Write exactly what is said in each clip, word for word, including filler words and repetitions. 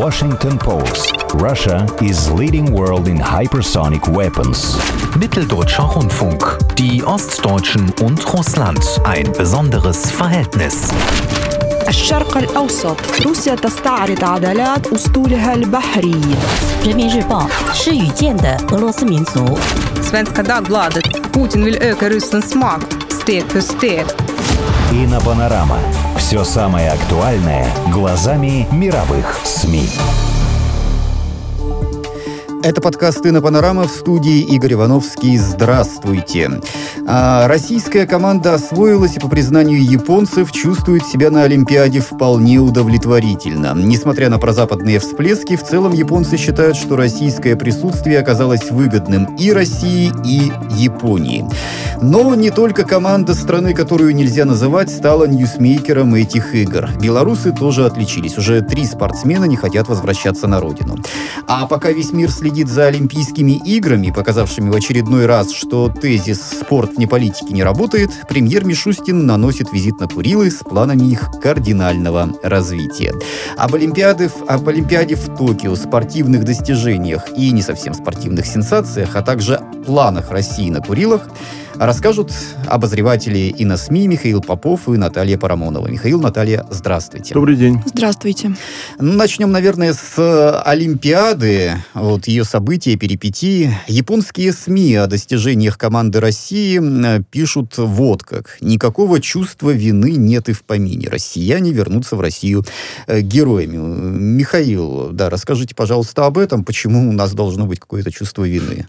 Washington Post. Russia is leading world in hypersonic weapons. Mitteldeutscher Rundfunk. Die Ostdeutschen und Russland. Ein besonderes Verhältnis. الشرق الأوسط. روسيا تستعرض عضلات أسطولها البحري. 人民日报是语见的俄罗斯民族。 Svenska Dagbladet. Putin vill öka Rysslands makt steg för steg. Инопанорама. Все самое актуальное глазами мировых СМИ. Это подкаст «Инопанорама», в студии Игорь Ивановский. Здравствуйте. А российская команда освоилась и, по признанию японцев, чувствует себя на Олимпиаде вполне удовлетворительно. Несмотря на прозападные всплески, в целом японцы считают, что российское присутствие оказалось выгодным и России, и Японии. Но не только команда страны, которую нельзя называть, стала ньюсмейкером этих игр. Белорусы тоже отличились. Уже три спортсмена не хотят возвращаться на родину. А пока весь мир следит за Олимпийскими играми, показавшими в очередной раз, что тезис «спорт вне политики» не работает, премьер Мишустин наносит визит на Курилы с планами их кардинального развития. Об Олимпиаде, об Олимпиаде в Токио, спортивных достижениях и не совсем спортивных сенсациях, а также планах России на Курилах расскажут обозреватели ИНОСМИ Михаил Попов и Наталья Парамонова. Михаил, Наталья, здравствуйте. Добрый день. Здравствуйте. Начнем, наверное, с Олимпиады, вот ее события, перипетии. Японские СМИ о достижениях команды России пишут вот как. Никакого чувства вины нет и в помине. Россияне вернутся в Россию героями. Михаил, да, расскажите, пожалуйста, об этом. Почему у нас должно быть какое-то чувство вины?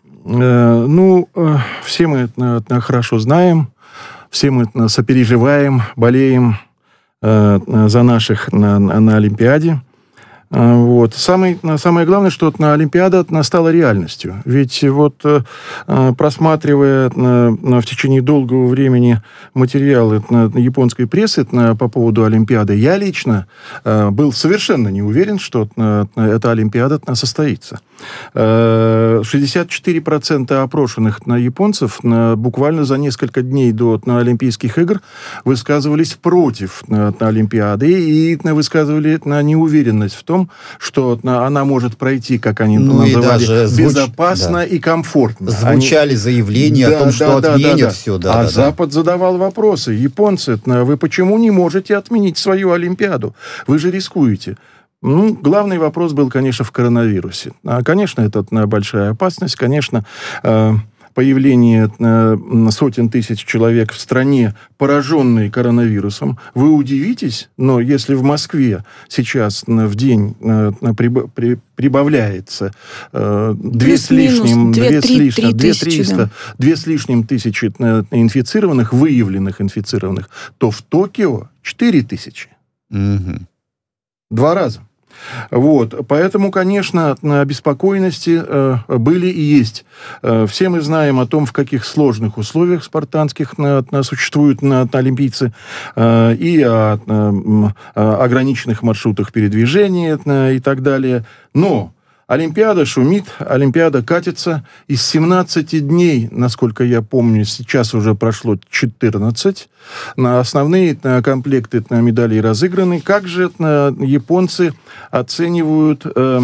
Ну, все мы это хорошо знаем, все мы сопереживаем, болеем за наших на, на Олимпиаде. Вот. Самое, самое главное, что на Олимпиада стала реальностью. Ведь вот просматривая в течение долгого времени материалы японской прессы по поводу Олимпиады, я лично был совершенно не уверен, что эта Олимпиада состоится. шестьдесят четыре процента опрошенных японцев буквально за несколько дней до Олимпийских игр высказывались против Олимпиады и высказывали неуверенность в том, что она может пройти, как они ну называли, звуч... безопасно да. и комфортно. Звучали они... заявления да, о том, что да, отменят да, да, все. Да, а да, Запад да. задавал вопросы. Японцы, вы почему не можете отменить свою Олимпиаду? Вы же рискуете. Ну, главный вопрос был, конечно, в коронавирусе. Конечно, это большая опасность. Конечно, появление сотен тысяч человек в стране, пораженной коронавирусом. Вы удивитесь, но если в Москве сейчас в день прибавляется две с лишним, две триста, две с лишним тысячи инфицированных, выявленных инфицированных, то в Токио четыре тысячи. Угу. Два раза. Вот. Поэтому, конечно, обеспокоенности э, были и есть. Э, все мы знаем о том, в каких сложных условиях спартанских на, на, существуют на, на олимпийцы, э, и о, э, о ограниченных маршрутах передвижения э, и так далее. Но Олимпиада шумит, Олимпиада катится. Из семнадцати дней, насколько я помню, сейчас уже прошло четырнадцать. На основные комплекты медалей разыграны. Как же японцы оценивают э,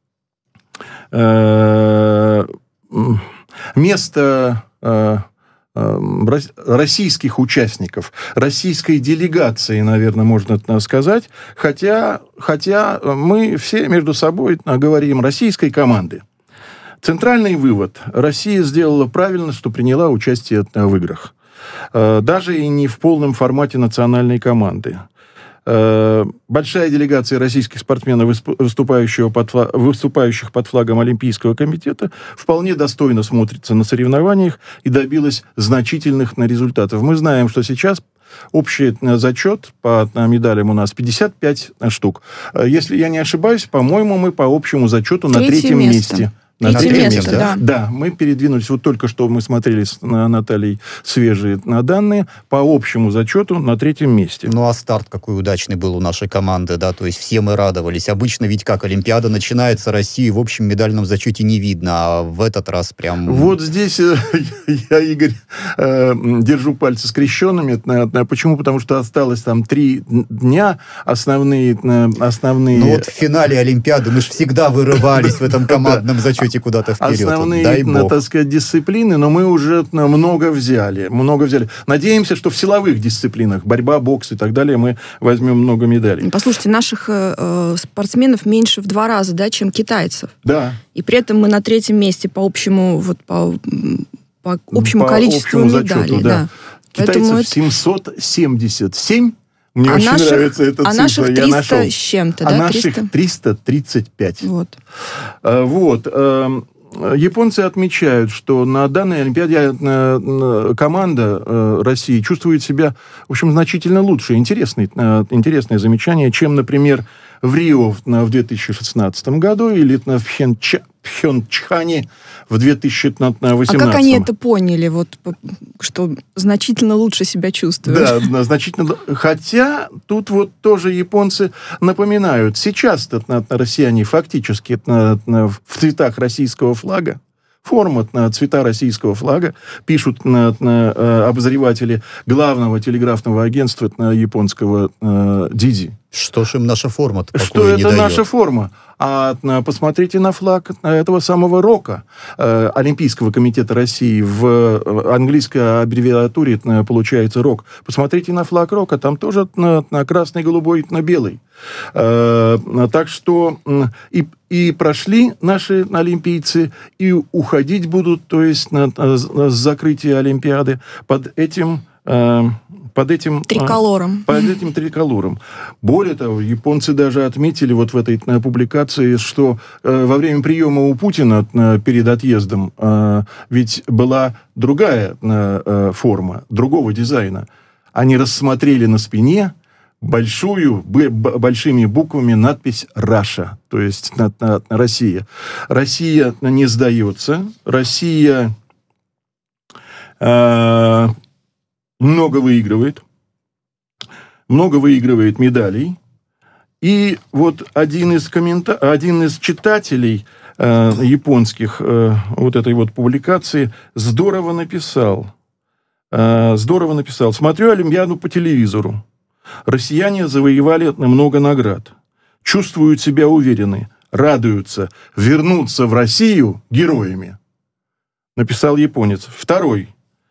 э, место э, российских участников, российской делегации, наверное, можно сказать, хотя, хотя мы все между собой говорим российской команды. Центральный вывод. Россия сделала правильно, что приняла участие в играх. Даже и не в полном формате национальной команды. Большая делегация российских спортсменов, выступающих под, флаг, выступающих под флагом Олимпийского комитета, вполне достойно смотрится на соревнованиях и добилась значительных результатов. Мы знаем, что сейчас общий зачет по медалям у нас пятьдесят пять штук. Если я не ошибаюсь, по-моему, мы по общему зачету на третьем месте. месте. На третье третье место, место. да. Да, мы передвинулись. Вот только что мы смотрели с Натальей свежие данные. По общему зачету на третьем месте. Ну, а старт какой удачный был у нашей команды, да, то есть все мы радовались. Обычно ведь как, Олимпиада начинается, России в общем медальном зачете не видно, а в этот раз прям... Вот здесь я, Игорь, держу пальцы скрещенными. Почему? Потому что осталось там три дня основные... основные... Ну вот в финале Олимпиады мы же всегда вырывались в этом командном зачете куда-то вперед. Основные, дай бог. так сказать, дисциплины, но мы уже много взяли. Много взяли. Надеемся, что в силовых дисциплинах, борьба, бокс и так далее, мы возьмем много медалей. Послушайте, наших э, спортсменов меньше в два раза, да, чем китайцев. Да. И при этом мы на третьем месте по общему, вот, по, по общему по количеству общему медалей. Зачету, да. Да. Китайцев это... семьсот семьдесят семь. Мне а очень наших, нравится эта а цифра. наших я триста нашел. с чем-то, а да? наших триста тридцать пять. Вот. А, вот. Японцы отмечают, что на данной Олимпиаде команда России чувствует себя, в общем, значительно лучше. Интересное, интересное замечание, чем, например, в Рио в две тысячи шестнадцатом году или в Пхенча, Пхенчхане в две тысячи восемнадцатом. А как они это поняли, вот, что значительно лучше себя чувствуют? Да, значительно. Хотя тут вот тоже японцы напоминают, сейчас-то россияне фактически в цветах российского флага, форма на цвета российского флага, пишут на, на, обозреватели главного телеграфного агентства на японского э, Диди. Что ж им наша форма-то Что это не дает? наша форма? А посмотрите на флаг этого самого РОКа, э, Олимпийского комитета России. В английской аббревиатуре получается РОК. Посмотрите на флаг РОКа, там тоже на, на красный, голубой, на белый. Э, так что и, и прошли наши олимпийцы, и уходить будут, то есть на, на, на закрытие Олимпиады под этим... Э, под этим триколором. Под этим триколором. Более того, японцы даже отметили вот в этой на, публикации, что э, во время приема у Путина э, перед отъездом э, ведь была другая э, форма, другого дизайна. Они рассмотрели на спине большую, б, б, большими буквами надпись «Раша», то есть на, на, на Россия. Россия не сдается, Россия... Э, много выигрывает, много выигрывает медалей. И вот один из, коммента... один из читателей э, японских э, вот этой вот публикации здорово написал. Э, здорово написал. Смотрю Олимпиаду по телевизору. Россияне завоевали много наград. Чувствуют себя уверены, радуются вернуться в Россию героями. Написал японец. Второй.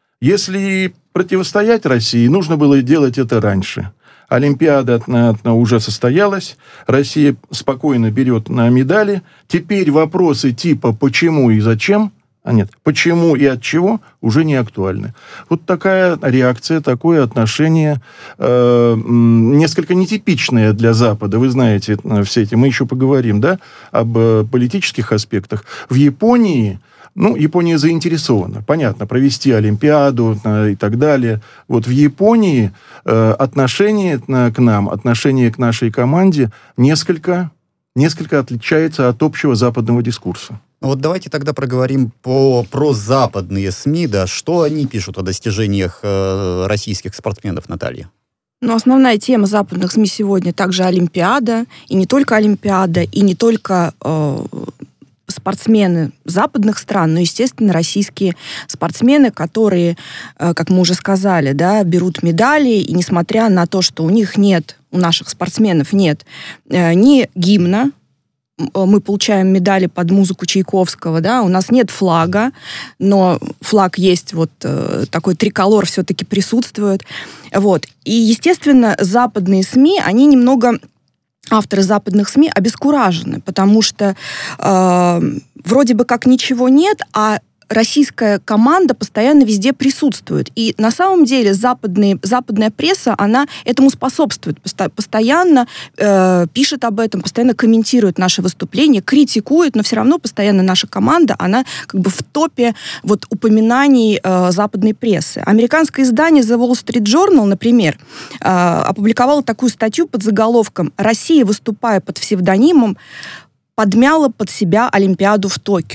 Если противостоять России, нужно было делать это раньше. Олимпиада на, на, уже состоялась, Россия спокойно берет на медали. Теперь вопросы типа «почему» и «зачем», а нет, «почему» и «от чего» уже не актуальны. Вот такая реакция, такое отношение, э, несколько нетипичное для Запада. Вы знаете все эти, мы еще поговорим, да, об э, политических аспектах. В Японии... Ну, Япония заинтересована, понятно, провести Олимпиаду э, и так далее. Вот в Японии э, отношение э, к нам, отношение к нашей команде несколько, несколько отличается от общего западного дискурса. Вот давайте тогда проговорим по, про западные СМИ, да, что они пишут о достижениях э, российских спортсменов, Наталья? Ну, основная тема западных СМИ сегодня также Олимпиада, и не только Олимпиада, и не только... Э, спортсмены западных стран, но, естественно, российские спортсмены, которые, как мы уже сказали, да, берут медали, и несмотря на то, что у них нет, у наших спортсменов нет ни гимна, мы получаем медали под музыку Чайковского, да, у нас нет флага, но флаг есть, вот такой триколор все-таки присутствует. Вот. И, естественно, западные СМИ, они немного... Авторы западных СМИ обескуражены, потому что э, вроде бы как ничего нет, а российская команда постоянно везде присутствует. И на самом деле западные, западная пресса, она этому способствует. Посто, постоянно э, пишет об этом, постоянно комментирует наши выступления, критикует, но все равно постоянно наша команда, она как бы в топе вот, упоминаний э, западной прессы. Американское издание The Wall Street Journal, например, э, опубликовало такую статью под заголовком «Россия, выступая под псевдонимом, подмяла под себя Олимпиаду в Токио».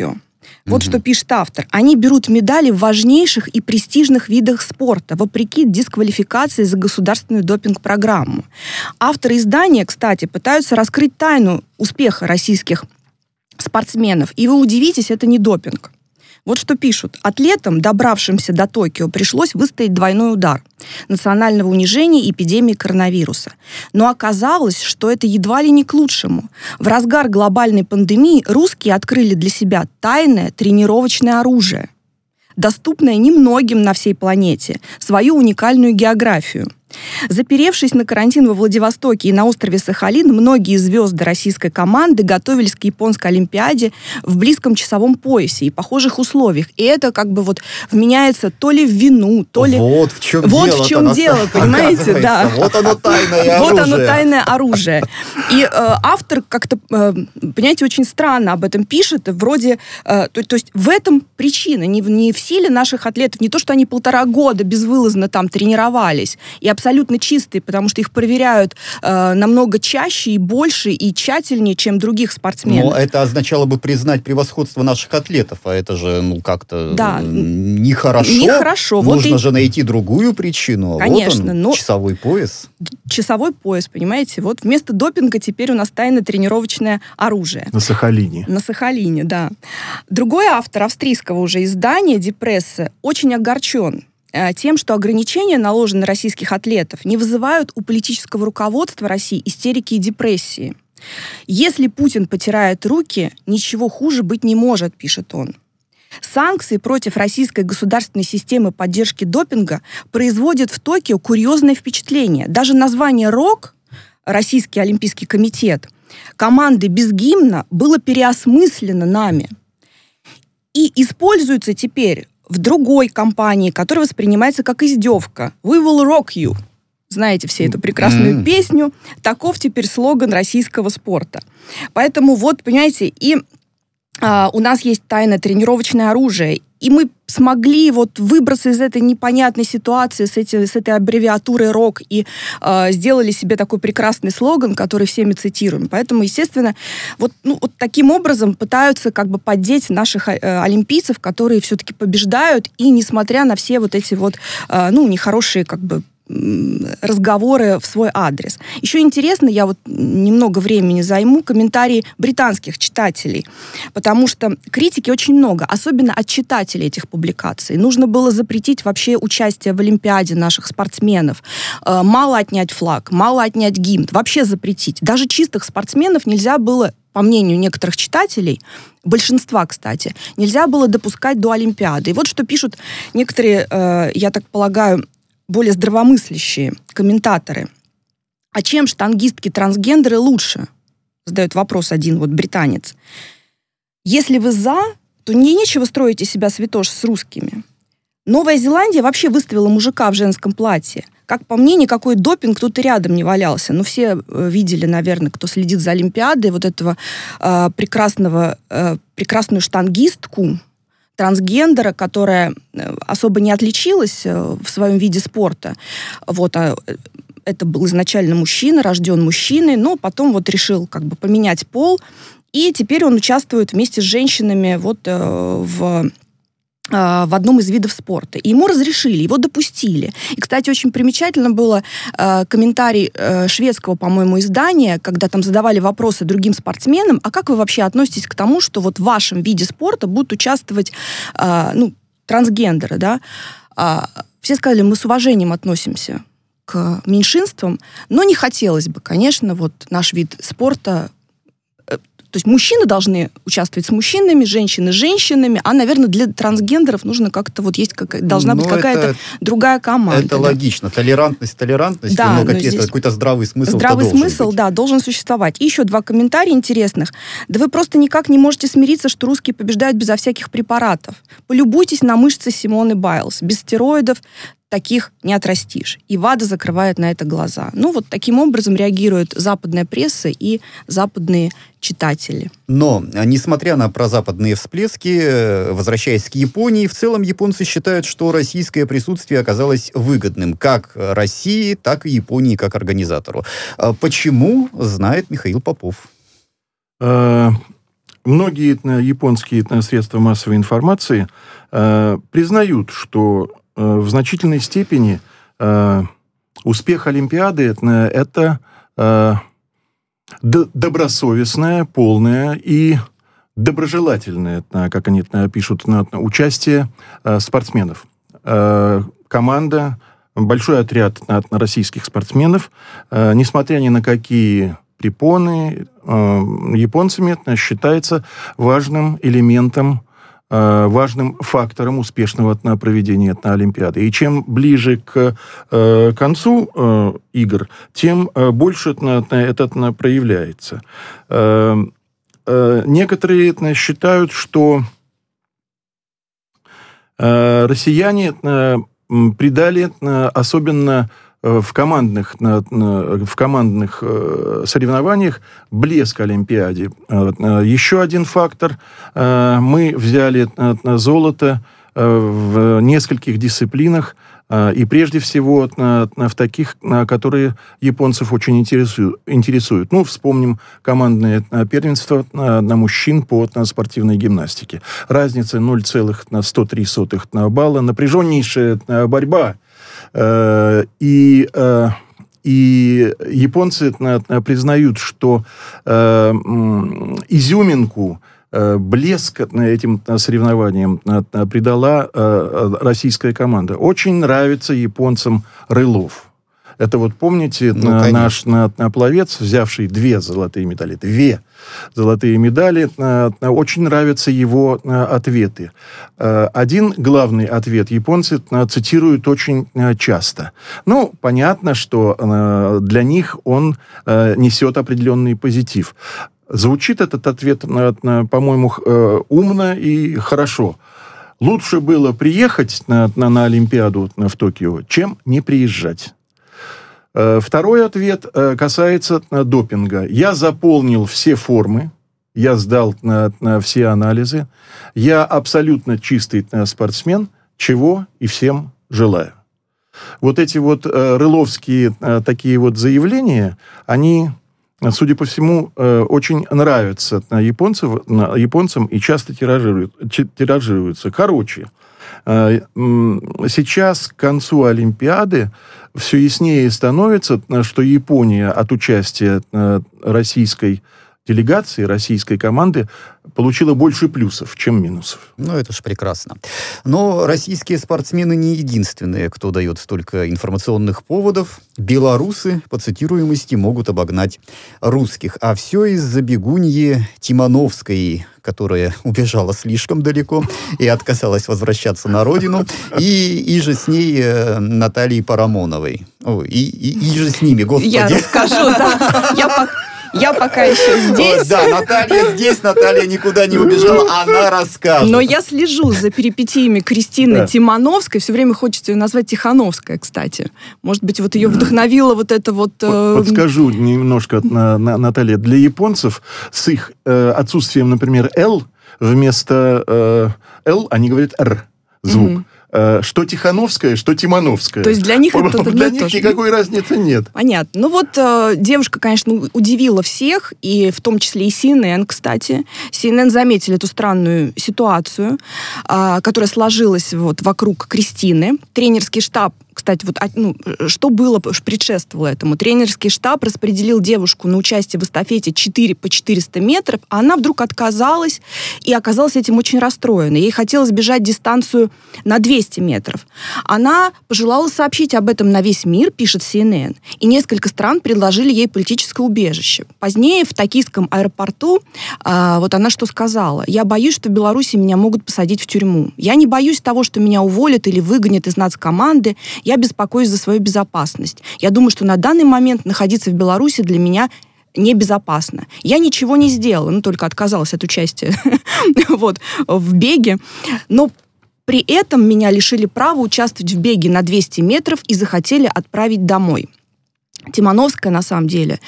Вот что пишет автор. Они берут медали в важнейших и престижных видах спорта, вопреки дисквалификации за государственную допинг-программу. Авторы издания, кстати, пытаются раскрыть тайну успеха российских спортсменов. И вы удивитесь, это не допинг. Вот что пишут. Атлетам, добравшимся до Токио, пришлось выстоять двойной удар национального унижения и эпидемии коронавируса. Но оказалось, что это едва ли не к лучшему. В разгар глобальной пандемии русские открыли для себя тайное тренировочное оружие, доступное немногим на всей планете, свою уникальную географию. Заперевшись на карантин во Владивостоке и на острове Сахалин, многие звезды российской команды готовились к японской Олимпиаде в близком часовом поясе и похожих условиях. И это как бы вот вменяется то ли в вину, то ли... Вот в чем вот дело. В чем дело, понимаете? Да. Вот оно тайное оружие. Вот оно тайное оружие. И э, автор как-то, э, понимаете, очень странно об этом пишет. Вроде, э, то, то есть в этом причина. Не, не в силе наших атлетов, не то, что они полтора года безвылазно там тренировались и абсолютно чистые, потому что их проверяют э, намного чаще и больше и тщательнее, чем других спортсменов. Но это означало бы признать превосходство наших атлетов, а это же, ну, как-то да. нехорошо. Нехорошо. Нужно вот же и... найти другую причину. Конечно. Вот он, но... часовой пояс. Часовой пояс, понимаете? Вот вместо допинга теперь у нас тайное тренировочное оружие. На Сахалине. На Сахалине, да. Другой автор австрийского уже издания «Die Presse» очень огорчен тем, что ограничения, наложенные на российских атлетов, не вызывают у политического руководства России истерики и депрессии. Если Путин потирает руки, ничего хуже быть не может, пишет он. Санкции против российской государственной системы поддержки допинга производят в Токио курьезное впечатление. Даже название РОК, Российский олимпийский комитет, команды без гимна, было переосмыслено нами. И используется теперь в другой кампании, которая воспринимается как издевка. «We will rock you». Знаете все эту прекрасную mm. песню. Таков теперь слоган российского спорта. Поэтому вот, понимаете, и а, у нас есть тайное тренировочное оружие, и мы смогли вот выбраться из этой непонятной ситуации с, эти, с этой аббревиатурой РОК и э, сделали себе такой прекрасный слоган, который всеми цитируем. Поэтому, естественно, вот, ну, вот таким образом пытаются как бы поддеть наших э, олимпийцев, которые все-таки побеждают, и несмотря на все вот эти вот, э, ну, нехорошие как бы разговоры в свой адрес. Еще интересно, я вот немного времени займу, комментарии британских читателей, потому что критики очень много, особенно от читателей этих публикаций. Нужно было запретить вообще участие в Олимпиаде наших спортсменов, мало отнять флаг, мало отнять гимн, вообще запретить. Даже чистых спортсменов нельзя было, по мнению некоторых читателей, большинства, кстати, нельзя было допускать до Олимпиады. И вот что пишут некоторые, я так полагаю, более здравомыслящие комментаторы. А чем штангистки-трансгендеры лучше? Задает вопрос один вот британец. Если вы за, то не нечего строить из себя святош с русскими. Новая Зеландия вообще выставила мужика в женском платье. Как по мне, никакой допинг тут и рядом не валялся. Но все видели, наверное, кто следит за Олимпиадой, вот этого э, прекрасного, э, прекрасную штангистку, трансгендера, которая особо не отличилась в своем виде спорта. Вот, а это был изначально мужчина, рожден мужчиной, но потом вот решил как бы поменять пол, и теперь он участвует вместе с женщинами вот э, в в одном из видов спорта. И ему разрешили, его допустили. И, кстати, очень примечательно было э, комментарий э, шведского, по-моему, издания, когда там задавали вопросы другим спортсменам, а как вы вообще относитесь к тому, что вот в вашем виде спорта будут участвовать э, ну, трансгендеры, да? А, все сказали, мы с уважением относимся к меньшинствам, но не хотелось бы, конечно, вот наш вид спорта. То есть мужчины должны участвовать с мужчинами, женщины с женщинами, а, наверное, для трансгендеров нужно как-то вот есть как, должна но быть какая-то другая команда. Это да. логично. Толерантность, толерантность, да, но, но какие-то, какой-то здравый смысл Здравый смысл, быть. да, должен существовать. И еще два комментария интересных. Да вы просто никак не можете смириться, что русские побеждают безо всяких препаратов. Полюбуйтесь на мышцы Симоны Байлз. Без стероидов таких не отрастишь. И ВАДА закрывает на это глаза. Ну, вот таким образом реагирует западная пресса и западные читатели. Но, несмотря на прозападные всплески, возвращаясь к Японии, в целом японцы считают, что российское присутствие оказалось выгодным как России, так и Японии как организатору. Почему, знает Михаил Попов. многие японские средства массовой информации признают, что в значительной степени успех Олимпиады – это добросовестное, полное и доброжелательное, как они пишут, участие спортсменов. Команда, большой отряд российских спортсменов, несмотря ни на какие препоны, японцами считается важным элементом, важным фактором успешного проведения Олимпиады. И чем ближе к концу игр, тем больше это проявляется. Некоторые считают, что россияне придали особенно в командных, в командных соревнованиях блеск Олимпиаде. Еще один фактор. Мы взяли золото в нескольких дисциплинах, и прежде всего в таких, которые японцев очень интересуют. Ну, вспомним командное первенство на мужчин по спортивной гимнастике. Разница ноль целых сто три сотых балла, напряженнейшая борьба. И, и японцы признают, что изюминку, блеск этим соревнованиям придала российская команда. Очень нравится японцам Рылов. Это вот, помните, ну, наш на, на пловец, взявший две золотые медали, две золотые медали, очень нравятся его ответы. Один главный ответ японцы цитируют очень часто. Ну, понятно, что для них он несет определенный позитив. Звучит этот ответ, по-моему, умно и хорошо. Лучше было приехать на, на, на Олимпиаду в Токио, чем не приезжать. Второй ответ касается допинга. Я заполнил все формы, я сдал на, на все анализы, я абсолютно чистый спортсмен, чего и всем желаю. Вот эти вот рыловские такие вот заявления, они, судя по всему, очень нравятся японцам, японцам и часто тиражируют, тиражируются. Короче, сейчас к концу Олимпиады все яснее становится, что Япония от участия российской делегации, российской команды получила больше плюсов, чем минусов. Ну, это ж прекрасно. Но российские спортсмены не единственные, кто дает столько информационных поводов. Белорусы по цитируемости могут обогнать русских. А все из-за бегуньи Тимановской, которая убежала слишком далеко и отказалась возвращаться на родину. И, и же с ней э, Натальей Парамоновой. О, и, и, и же с ними, господи. Я расскажу, да. Я по... Я пока еще здесь. О, да, Наталья здесь, Наталья никуда не убежала, она расскажет. Но я слежу за перипетиями Кристины да. Тимановской. Все время хочется ее назвать Тихановская, кстати. Может быть, вот ее вдохновило вот это вот... Э... Подскажу немножко, на, на, Наталья. Для японцев с их э, отсутствием, например, «л» вместо э, «л» они говорят «р» звук. Mm-hmm. Что Тихановская, что Тимановская. То есть для них это для них тоже никакой разницы нет. Понятно. Ну вот э, девушка, конечно, удивила всех, и в том числе и си эн эн, кстати. си эн эн заметили эту странную ситуацию, э, которая сложилась вот вокруг Кристины. Тренерский штаб, кстати, вот ну, что было, предшествовало этому? Тренерский штаб распределил девушку на участие в эстафете четыре по четыреста метров, а она вдруг отказалась и оказалась этим очень расстроена. Ей хотелось бежать дистанцию на двести метров. Она пожелала сообщить об этом на весь мир, пишет си эн эн, и несколько стран предложили ей политическое убежище. Позднее в токийском аэропорту а, вот она что сказала: «Я боюсь, что в Беларуси меня могут посадить в тюрьму. Я не боюсь того, что меня уволят или выгонят из нацкоманды. Я беспокоюсь за свою безопасность. Я думаю, что на данный момент находиться в Беларуси для меня небезопасно. Я ничего не сделала, ну, только отказалась от участия вот, в беге. Но при этом меня лишили права участвовать в беге на двести метров и захотели отправить домой». Тимановская, на самом деле,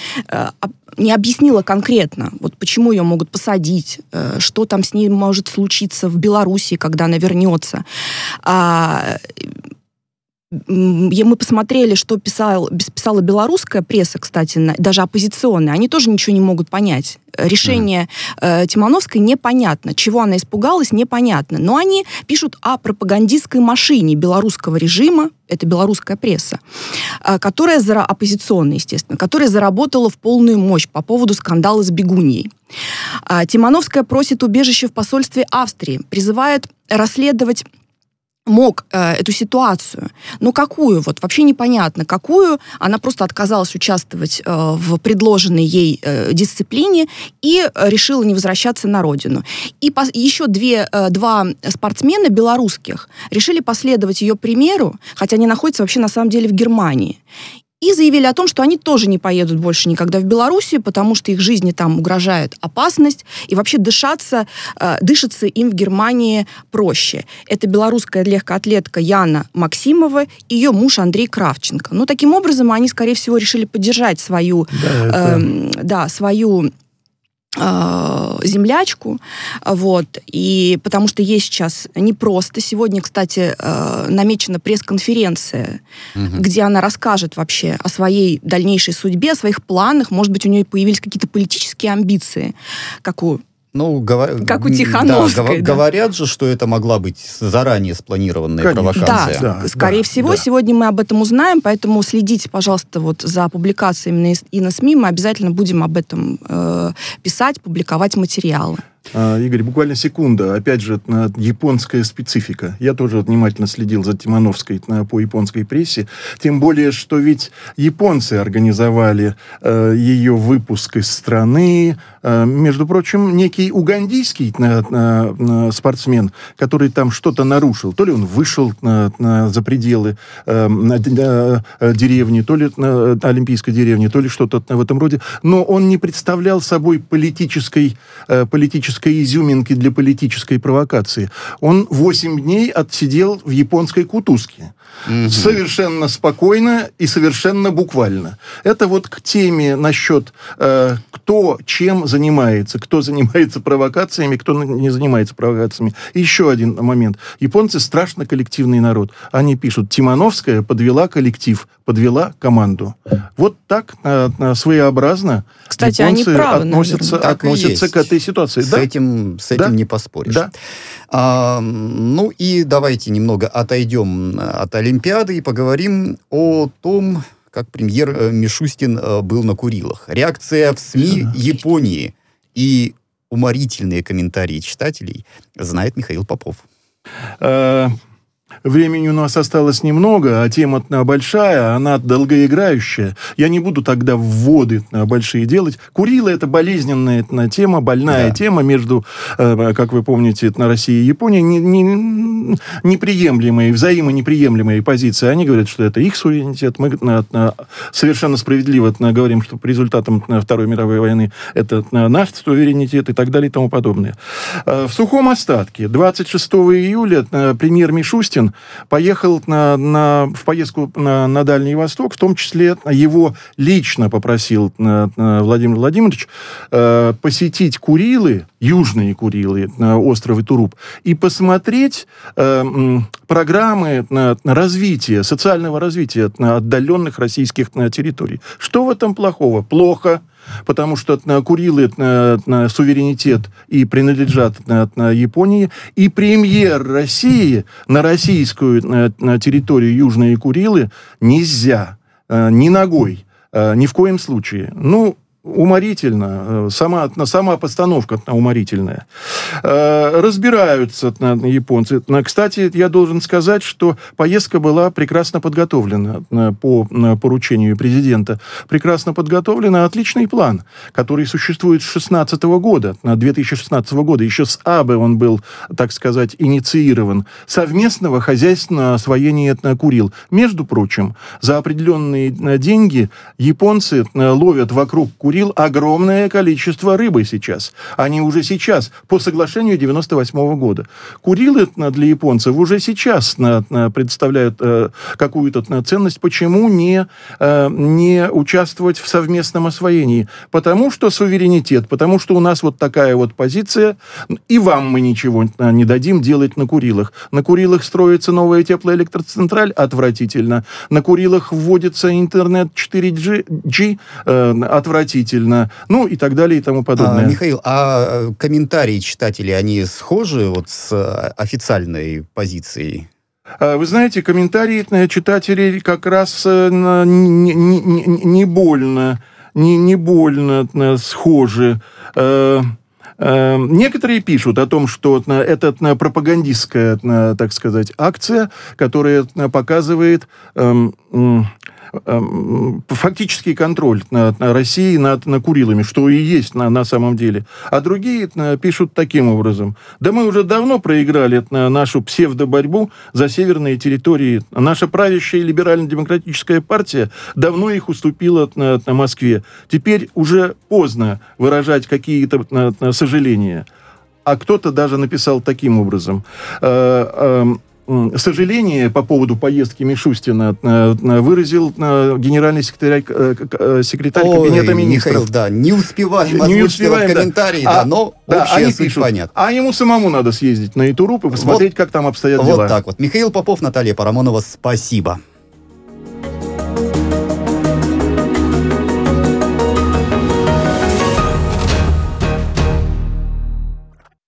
не объяснила конкретно, вот почему ее могут посадить, что там с ней может случиться в Беларуси, когда она вернется. мы посмотрели, что писал, писала белорусская пресса, кстати, даже оппозиционная, они тоже ничего не могут понять. Решение mm-hmm. э, Тимановской непонятно. Чего она испугалась, непонятно. Но они пишут о пропагандистской машине белорусского режима, это белорусская пресса, э, которая, зара... оппозиционная, естественно, которая заработала в полную мощь по поводу скандала с Бегуньей. Э, Тимановская просит убежище в посольстве Австрии, призывает расследовать мог э, эту ситуацию. Но какую? Вот вообще непонятно. Какую? Она просто отказалась участвовать э, в предложенной ей э, дисциплине и э, решила не возвращаться на родину. И по- еще две, э, два спортсмена белорусских решили последовать ее примеру, хотя они находятся вообще на самом деле в Германии. И заявили о том, что они тоже не поедут больше никогда в Белоруссию, потому что их жизни там угрожает опасность, и вообще дышаться, э, дышаться им в Германии проще. Это белорусская легкоатлетка Яна Максимова и ее муж Андрей Кравченко. Ну, таким образом, они, скорее всего, решили поддержать свою, да, это... э, да, свою землячку, вот, и потому что ей сейчас непросто. Сегодня, кстати, намечена пресс-конференция, угу. где она расскажет вообще о своей дальнейшей судьбе, о своих планах. Может быть, у нее появились какие-то политические амбиции, как у Ну, говор... Как у Тихановской. Да, да. Говорят же, что это могла быть заранее спланированная Конечно. провокация. Да, да скорее да, всего, да. сегодня мы об этом узнаем, поэтому следите, пожалуйста, вот за публикациями и на СМИ. Мы обязательно будем об этом э, писать, публиковать материалы. Игорь, буквально секунда. Опять же, японская специфика. Я тоже внимательно следил за Тимановской по японской прессе. Тем более, что ведь японцы организовали э, ее выпуск из страны. Э, между прочим, некий угандийский э, э, спортсмен, который там что-то нарушил. То ли он вышел э, э, за пределы э, э, деревни, то ли э, олимпийской деревни, то ли что-то в этом роде. Но он не представлял собой политической, э, политической изюминки для политической провокации. Он восемь дней отсидел в японской кутузке. Mm-hmm. Совершенно спокойно и совершенно буквально. Это вот к теме насчет э, кто чем занимается, кто занимается провокациями, кто не занимается провокациями. И еще один момент. Японцы страшно коллективный народ. Они пишут: Тимановская подвела коллектив, подвела команду. Вот так э, своеобразно Кстати, японцы они правы, относятся, относятся к этой ситуации. С, да? этим, с этим да? не поспоришь. Да. А, ну и давайте немного отойдем от Олимпиады и поговорим о том, как премьер Мишустин был на Курилах. Реакция в СМИ Японии и уморительные комментарии читателей знает Михаил Попов. Времени у нас осталось немного, а тема большая, она долгоиграющая. Я не буду тогда вводы большие делать. Курилы — это болезненная тема, больная да. тема между, как вы помните, на России и Японией, не, не, неприемлемые, взаимонеприемлемые позиции. Они говорят, что это их суверенитет. Мы совершенно справедливо говорим, что по результатам Второй мировой войны это наш суверенитет и так далее и тому подобное. В сухом остатке двадцать шестого июля премьер Мишустин поехал на, на, в поездку на, на Дальний Восток, в том числе его лично попросил на, на Владимир Владимирович э, посетить Курилы, южные Курилы, на острове Туруп, и посмотреть э, программы на, на развитие, социального развития на отдаленных российских на, территорий. Что в этом плохого? Плохо. Потому что на Курилы на, на суверенитет и принадлежат на, на Японии, и премьер России на российскую на, на территорию Южные Курилы нельзя, э, ни ногой, э, ни в коем случае. Ну, уморительно. Сама, сама постановка уморительная. Разбираются японцы. Кстати, я должен сказать, что поездка была прекрасно подготовлена по поручению президента. Прекрасно подготовлена. Отличный план, который существует с две тысячи шестнадцатого года. две тысячи шестнадцатого года. Еще с Абе он был, так сказать, инициирован. Совместного хозяйственного освоения Курил. Между прочим, за определенные деньги японцы ловят вокруг Курил Курил огромное количество рыбы сейчас. Они уже сейчас, по соглашению девяносто восьмого года. Курилы для японцев уже сейчас представляют какую-то ценность. Почему не, не участвовать в совместном освоении? Потому что суверенитет, потому что у нас вот такая вот позиция, и вам мы ничего не дадим делать на Курилах. На Курилах строится новая теплоэлектроцентраль, отвратительно. На Курилах вводится интернет четыре джи, э, отвратительно. Ну, и так далее, и тому подобное. А, Михаил, а комментарии читателей, они схожи вот с официальной позицией? Вы знаете, комментарии читателей как раз не, не, не, не больно, не, не больно схожи. Некоторые пишут о том, что это пропагандистская, так сказать, акция, которая показывает фактический контроль над Россией над, над Курилами, что и есть на, на самом деле. А другие пишут таким образом. Да мы уже давно проиграли нашу псевдоборьбу за северные территории. Наша правящая либерально-демократическая партия давно их уступила на, на Москве. Теперь уже поздно выражать какие-то на, на сожаления. А кто-то даже написал таким образом. Сожаление по поводу поездки Мишустина выразил генеральный секретарь, секретарь Ой, Кабинета министров. Михаил, да, не успеваем озвучить не успеваем, вот комментарии, да. да, А, но да, общая они суть пишут, понятна. а ему самому надо съездить на Итуруп и посмотреть, вот, как там обстоят вот дела. Вот так вот. Михаил Попов, Наталья Парамонова, спасибо.